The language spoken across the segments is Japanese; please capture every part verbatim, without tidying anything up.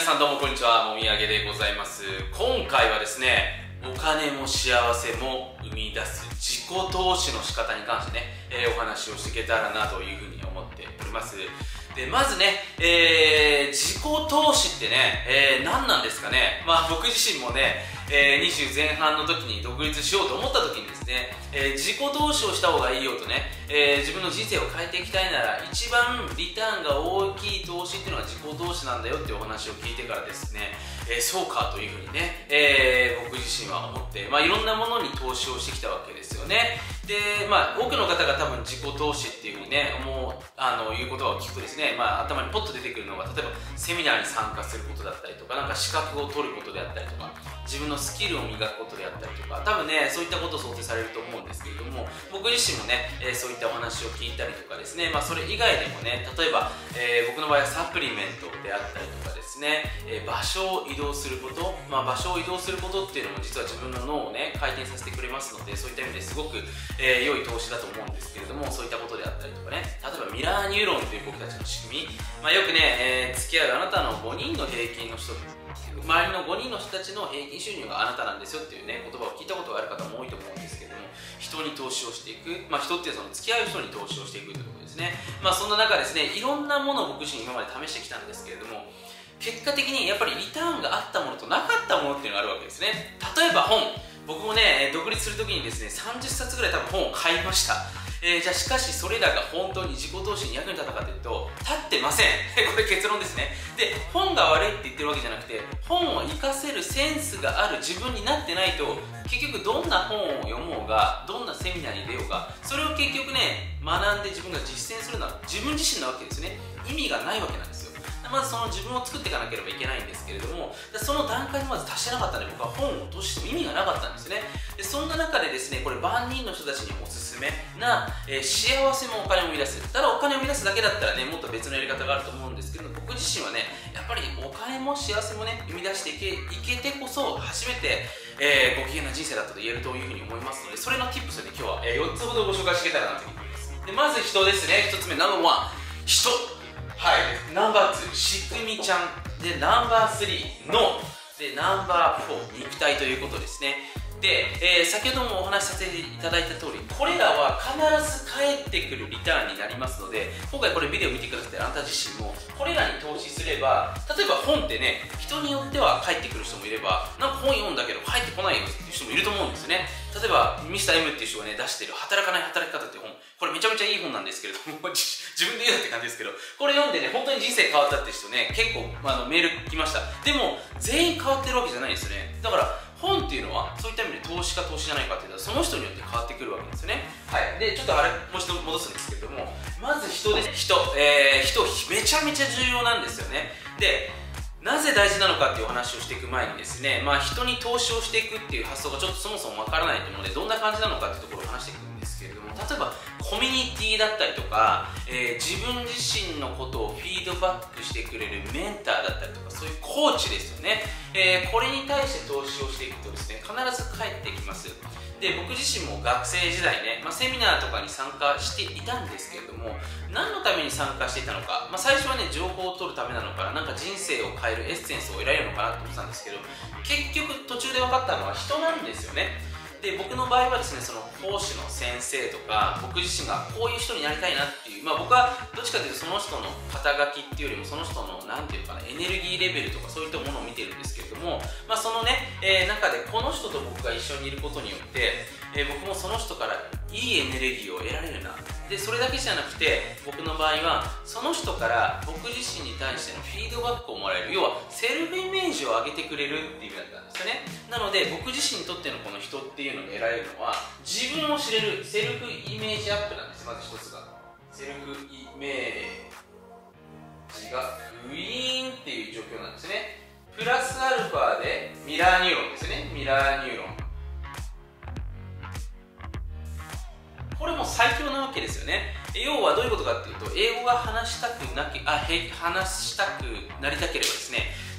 さんどうもこんにちは、もみあげでございます。今回はですね、お金も幸せも生み出す自己投資の仕方に関してね、えー、お話をしていけたらなというふうに思っております。で、まずね、えー、自己投資ってね、えー、何なんですかね。まあ僕自身もね、えー、にじゅう前半の時に独立しようと思った時にですね、えー、自己投資をした方がいいよとね、えー、自分の人生を変えていきたいなら一番リターンが大きい投資っていうのは自己投資なんだよっていうお話を聞いてからですね、えー、そうかというふうにね、えー、僕自身は思って、まあ、いろんなものに投資をしてきたわけですよね。で、まあ多くの方が多分自己投資っていうふうにね、思うあのいう言葉を聞くとですね、まあ頭にポッと出てくるのが、例えばセミナーに参加することだったりとか、なんか資格を取ることであったりとか、自分のスキルを磨くことであったりとか、多分ね、そういったことを想定されると思うんですけれども、僕自身もね、えー、そういったお話を聞いたりとかですね、まあそれ以外でもね、例えば、えー、僕の場合はサプリメントであったりとかですね、えー、場所を移動すること、まあ場所を移動することっていうのも実は自分の脳をね、回転させてくれますので、そういった意味ですごく、えー、良い投資だと思うんですけれども、そういったことであったりとかね、例えばミラーニューロンという僕たちの仕組み、まあよくね、えー、付き合うあなたのごにんの平均の人、周りのごにんの人たちの平均収入があなたなんですよっていうね、言葉を聞いたことがある方も多いと思うんですけれども、人に投資をしていく、まあ人っていうのはその付き合う人に投資をしていくということですね。まあそんな中ですね、いろんなものを僕自身今まで試してきたんですけれども、結果的にやっぱりリターンがあったものとなかったものっていうのがあるわけですね。例えば本、僕もね、独立するときにですね、さんじゅっさつぐらい多分本を買いました。えー、じゃあしかしそれらが本当に自己投資に役に立ったかというと、立ってません。これ結論ですね。で、本が悪いって言ってるわけじゃなくて、本を活かせるセンスがある自分になってないと、結局どんな本を読もうが、どんなセミナーに出ようが、それを結局ね、学んで自分が実践するのは自分自身なわけですね。意味がないわけなんですよ。まずその自分を作っていかなければいけないんですけれども、その段階にまず達してなかったので、僕は本を通しても意味がなかったんですね。でそんな中でですね、これ万人の人たちにおすすめな、えー、幸せもお金を生み出す。ただお金を生み出すだけだったらね、もっと別のやり方があると思うんですけど、僕自身はね、やっぱりお金も幸せもね、生み出していけ、いけてこそ初めて、えー、ご機嫌な人生だったと言えるというふうに思いますので、それの tips をね、今日は、えー、よっつほどご紹介していけたらなと思います。でまず人ですね。ひとつめ、ナンバーワン、人。はい、ナンバーツー、しくみちゃんで、ナンバースリー、ので、ナンバーフォー、肉体ということですね。で、えー、先ほどもお話しさせていただいた通り、これらは必ず返ってくるリターンになりますので、今回これビデオ見てくださってあなた自身もこれらに投資すれば、例えば本ってね、人によっては返ってくる人もいれば、なんか本読んだけど返ってこないよっていう人もいると思うんですよね。例えばミスター M っていう人がね出してる働かない働き方っていう本、これめちゃめちゃいい本なんですけれども自分で言うなって感じですけど、これ読んでね本当に人生変わったって人ね結構、まあ、あのメール来ました。でも全員変わってるわけじゃないですよね。だから本っていうのはそういった意味で投資か投資じゃないかっていうのはその人によって変わってくるわけですよね。はい。でちょっとあれもう一度戻すんですけれども、まず人です。人、えー、人めちゃめちゃ重要なんですよね。でなぜ大事なのかっていうお話をしていく前にですね、まあ人に投資をしていくっていう発想がちょっとそもそもわからないと思うので、どんな感じなのかっていうところを話していくんですけれども、例えばコミュニティだったりとか、えー、自分自身のことをフィードバックしてくれるメンターだったりとか、そういうコーチですよね。えー、これに対して投資をしていくとですね、必ず返ってきます。で僕自身も学生時代ね、まあ、セミナーとかに参加していたんですけれども、何のために参加していたのか、まあ、最初はね情報を取るためなのかな、なんか人生を変えるエッセンスを得られるのかなと思ってたんですけど、結局途中で分かったのは人なんですよね。で僕の場合はですね、その講師の先生とか僕自身がこういう人になりたいなっていう、まあ僕はどっちかというとその人の肩書きっていうよりもその人のなんていうかな、エネルギーレベルとかそういったものを見てるんですけれども、まあそのね、えー、中でこの人と僕が一緒にいることによって、えー、僕もその人からいいエネルギーを得られるな。でそれだけじゃなくて、僕の場合はその人から僕自身に対してのフィードバックをもらえる、要はセルフイメージを上げてくれるっていう意味だったんですよね。なので僕自身にとってのこの人っていうのを得られるのは、自分を知れるセルフイメージアップなんです。まず一つがセルフイメージがグイーンっていう状況なんですね。プラスアルファでミラーニューロンですね。ミラーニューロン、これも最強なわけですよね。要はどういうことかっていうと、英語が話したくなきあへ話したくなりたければですね、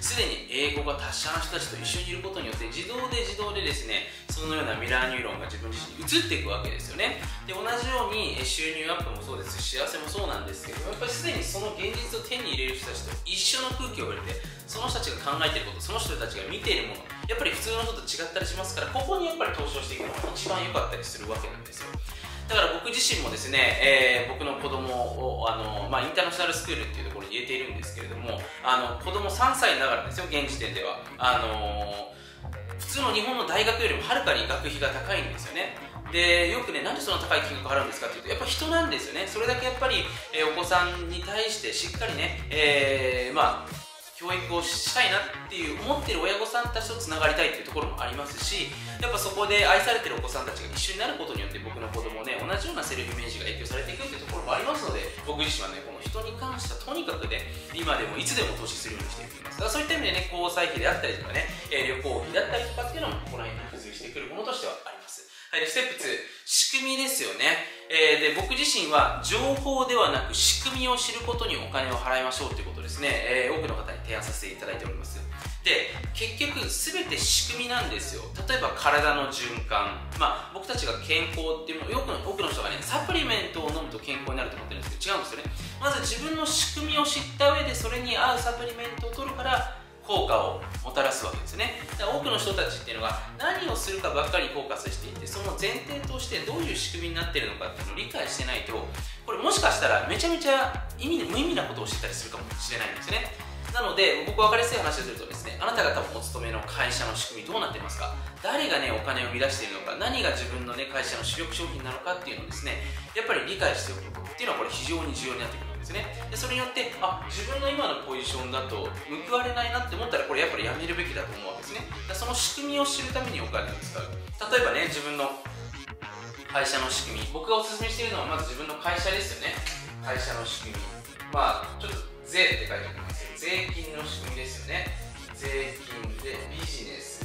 すでに英語が達者な人たちと一緒にいることによって自動で自動でですね、そのようなミラーニューロンが自分自身に移っていくわけですよね。で、同じように収入アップもそうですし、幸せもそうなんですけど、やっぱりすでにその現実を手に入れる人たちと一緒の空気を入れて、その人たちが考えていること、その人たちが見ているもの、やっぱり普通の人と違ったりしますから、ここにやっぱり投資をしていくのが一番良かったりするわけなんですよ。だから僕自身もですね、えー、僕の子供をあの、まあ、インターナショナルスクールっていうところに入れているんですけれども、あの子供さんさいながらですよ、現時点ではあのー、普通の日本の大学よりもはるかに学費が高いんですよね。で、よくね、なんでそんな高い金額払うんですかっていうと、やっぱ人なんですよね。それだけやっぱり、えー、お子さんに対してしっかりね、えー、まあ教育をしたいなっていう思ってる親御さんたちとつながりたいっていうところもありますし、やっぱそこで愛されてるお子さんたちが一緒になることによって僕の子供ね、同じようなセルフイメージが影響されていくっていうところもありますので、僕自身はね、この人に関してはとにかくね、今でもいつでも投資するようにしていきます。だからそういった意味でね、交際費であったりとかね、えー、旅行費だったりとかっていうのもここら辺に付随してくるものとしてはあります。はい、でステップツー、仕組みですよね。えー、で僕自身は情報ではなく仕組みを知ることにお金を払いましょうということですね、えー、多くの方に提案させていただいております。で、結局全て仕組みなんですよ。例えば体の循環、まあ、僕たちが健康っていうのよく多くの人がね、サプリメントを飲むと健康になると思ってるんですけど、違うんですよね。まず自分の仕組みを知った上でそれに合うサプリメントを取るから効果をもたらすわけですね。だから多くの人たちっていうのが何をするかばっかりフォーカスしていて、その前提としてどういう仕組みになっているのかっていうのを理解してないと、これもしかしたらめちゃめちゃ意味無意味なことをしてたりするかもしれないんですよね。なので僕分かりやすい話をするとですね、あなた方もお勤めの会社の仕組みどうなっていますか、誰がねお金を生み出しているのか、何が自分のね会社の主力商品なのかっていうのをですね、やっぱり理解しておくっていうのはこれ非常に重要になってくるんですね。でそれによってあ自分の今のポジションだと報われないなって思ったら、これやっぱりやめるべきだと思うわけですね。だその仕組みを知るためにお金を使う。例えばね、自分の会社の仕組み、僕がお勧めしているのはまず自分の会社ですよね。会社の仕組み、まあちょっと税って書いておきますけど、税金の仕組みですよね。税金でビジネス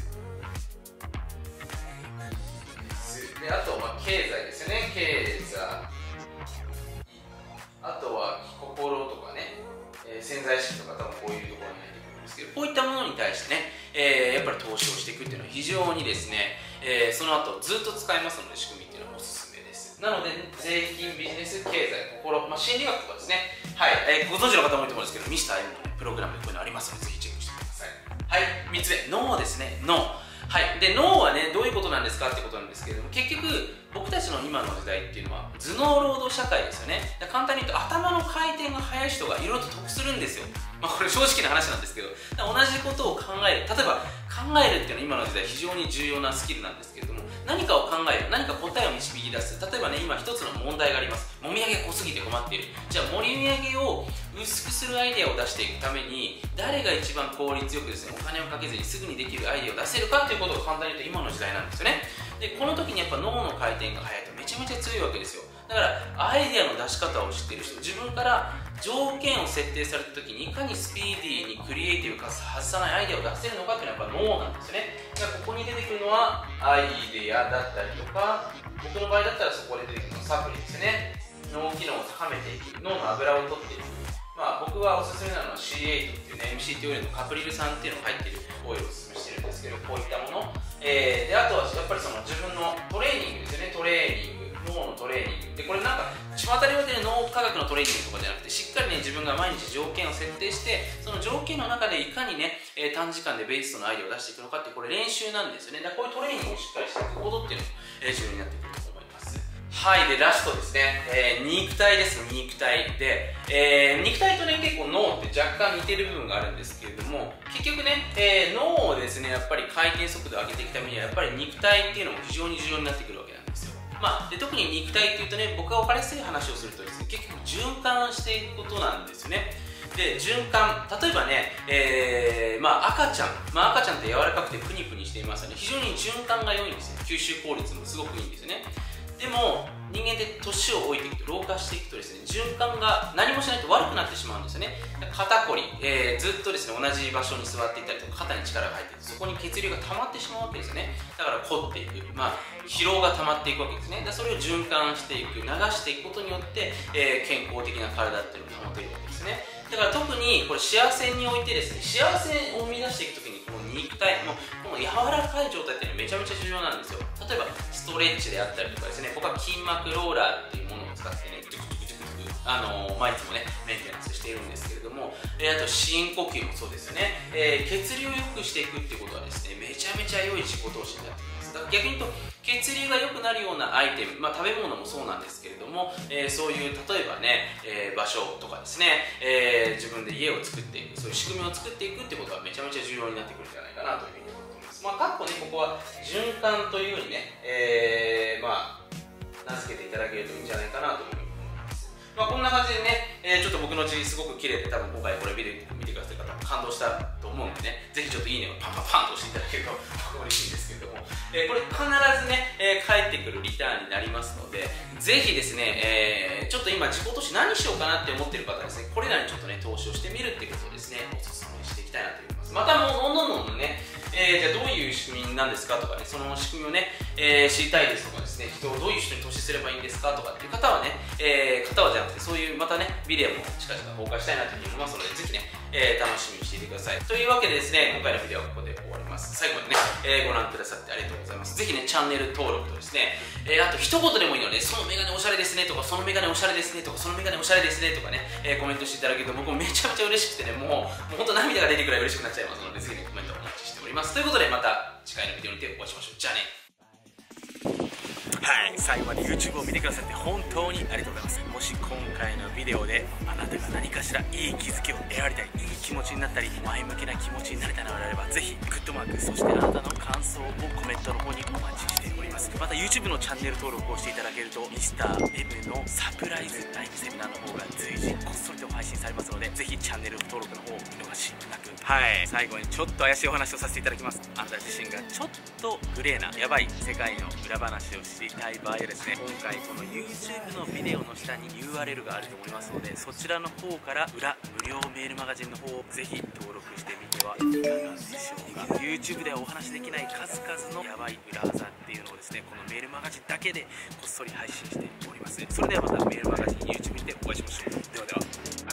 で、あとまあ経済ですよね。経済、あとは心とかね、えー、潜在意識とか多分こういうところに入ってくるんですけど、こういったものに対してね、えー、やっぱり投資をしていくっていうのは非常にですね、えー、その後ずっと使えますので、仕組みっていうのはおすすめです。なので税金、ビジネス、経済、心、まあ、心理学とかですね、はい、えー、ご存知の方もいると思うんですけど、ミスター M の、ね、プログラムでこういうのありますので、ぜひチェックしてください。はい、みっつめ、脳ですね。脳。はい、で脳はね、どういうことなんですかってことなんですけれども、結局僕たちの今の時代っていうのは頭脳労働社会ですよね。簡単に言うと頭の回転が速い人がいろいろと得するんですよ。まあこれ正直な話なんですけど、同じことを考える、例えば考えるっていうのは今の時代非常に重要なスキルなんですけれども、何かを考える、何か答えを導き出す。例えばね、今一つの問題があります。もみあげが濃すぎて困っている。じゃあもみあげを薄くするアイデアを出していくために、誰が一番効率よくですね、お金をかけずにすぐにできるアイデアを出せるかということを簡単に言うと今の時代なんですよね。でこの時にやっぱ脳の回転が速いとめちゃめちゃ強いわけですよ。だからアイデアの出し方を知っている人、自分から条件を設定された時にいかにスピーディーにクリエイティブか外さないアイデアを出せるのかっていうのはやっぱ脳なんですよね。だからここに出てくるのはアイデアだったりとか、僕の場合だったらそこで出てくるのはサプリですね。脳機能を高めていく、脳の油を取っていく。まあ僕はおすすめなのは シーエイト っていうね、エムシーティー オイルのカプリル酸っていうのが入っているオイルをおすすめしてるんですけど、こういったもの、えー、であとはやっぱりその自分のトレーニングですよね。トレーニング、脳のトレーニングで、これなんか巷で言われてる脳科学のトレーニングとかじゃなくて、しっかりね自分が毎日条件を設定して、その条件の中でいかにね、えー、短時間でベーストのアイデアを出していくのかって、これ練習なんですよね。だからこういうトレーニングをしっかりしていくことっていうのも、えー、重要になってくると思います。はい、でラストですね、えー、肉体です。肉体で、えー、肉体とね結構脳って若干似てる部分があるんですけれども、結局ね、えー、脳をですねやっぱり回転速度を上げていくためにはやっぱり肉体っていうのも非常に重要になってくるわけなんですよ。まあ、で特に肉体っていうとね、僕が分かりやすい話をするとですね、結局循環していくことなんですよね。で循環、例えばね、えーまあ、赤ちゃん、まあ、赤ちゃんって柔らかくてプニプニしていますよね。非常に循環が良いんですよ。吸収効率もすごくいいんですよね。でも人間って年を老いていくと、老化していくとですね、循環が何もしないと悪くなってしまうんですよね。肩こり、えー、ずっとですね同じ場所に座っていたりとか、肩に力が入っていて、そこに血流が溜まってしまうわけですよね。だから凝っていく、まあ、疲労が溜まっていくわけですね。だそれを循環していく、流していくことによって、えー、健康的な体っていうのを保てるわけですね。 だから特にこれ幸せにおいてですね、幸せを生み出していくときにこの肉体もこの柔らかい状態っていうのはめちゃめちゃ重要なんですよ。例えばストレッチであったりとかですね、僕は筋膜ローラーっていうものを使ってね、ジュクジュクジュクジュクあのー、毎日もねメンテナンスしているんですけれども、えー、あと深呼吸もそうですよね、えー、血流を良くしていくってことはですね、めちゃめちゃ良い自己投資になってきます。だから逆に言うと血流が良くなるようなアイテム、まあ、食べ物もそうなんですけれども、えー、そういう例えばね、えー、場所とかですね、えー、自分で家を作っていく、そういう仕組みを作っていくってことはめちゃめちゃ重要になってくるんじゃないかなというふうに思っています。まあ、かっこね、ここは循環というふうにね、えー、まあ名付けていただけるといいんじゃないかなというふうに思います。まあ、こんな感じでね、えー、ちょっと僕の字すごく綺麗で、多分今回これ見て見てくださった方も感動したと思うんでね、ぜひちょっといいねをパンパンパンと押していただけると嬉しいんですけれども、えー、これ必ずね、えー、返ってくるリターンになりますので、ぜひですね、えー、ちょっと今自己投資何しようかなって思ってる方はですね、これらにちょっとね投資をしてみるってことをですねお勧めしていきたいなと思います。またもうどんどんどんどんね、えー、じゃあどういう仕組みなんですかとかね、その仕組みをね、えー、知りたいですとかですね、人をどういう人に投資すればいいんですかとかっていう方はね、えー、方はじゃなくてそういうまたねビデオも近々公開したいなというふうに思いますので、ぜひね、えー、楽しみにしていてください。というわけでですね、今回のビデオはここで終わります。最後までね、えー、ご覧くださってありがとうございます。ぜひねチャンネル登録とですね、えー、あと一言でもいいので、そのメガネおしゃれですねとか、そのメガネおしゃれですねとか、そのメガネおしゃれですねとかね、えー、コメントしていただけると僕もめちゃめちゃ嬉しくてね、もうもう本当涙が出てくるぐらい嬉しくなっちゃいますので、ぜひねコメントお待ちしております。ということでまた次回のビデオにてお会いしましょう。じゃあね。 はい、最後まで YouTube を見てくださって本当にありがとうございます。もし今回のビデオであなたが何かしらいい気づきを得られたり、いい気持ちになったり、前向きな気持ちになれたのであれば、ぜひグッドマーク、そしてあなたの感想をコメントの方にお待ちしております。また YouTube のチャンネル登録をしていただけると、ミスターベブのサプライズライブセミナーの方が随時こっそりと配信されますので、ぜひチャンネル登録の方を見逃しなく。はい、最後にちょっと怪しいお話をさせていただきます。あなた自身がちょっとグレーなヤバい世界の裏話を知りたい場合はですね、今回この YouTube のビデオの下に ユーアールエル があると思いますので、そちらの方から裏無料メールマガジンの方をぜひ登録してみてはいかがでしょうか。 YouTube ではお話しできない数々のヤバい裏技っていうのをですね、このメールマガジンだけでこっそり配信しております。それではまたメールマガジン YouTube にてお会いしましょう。ではでは。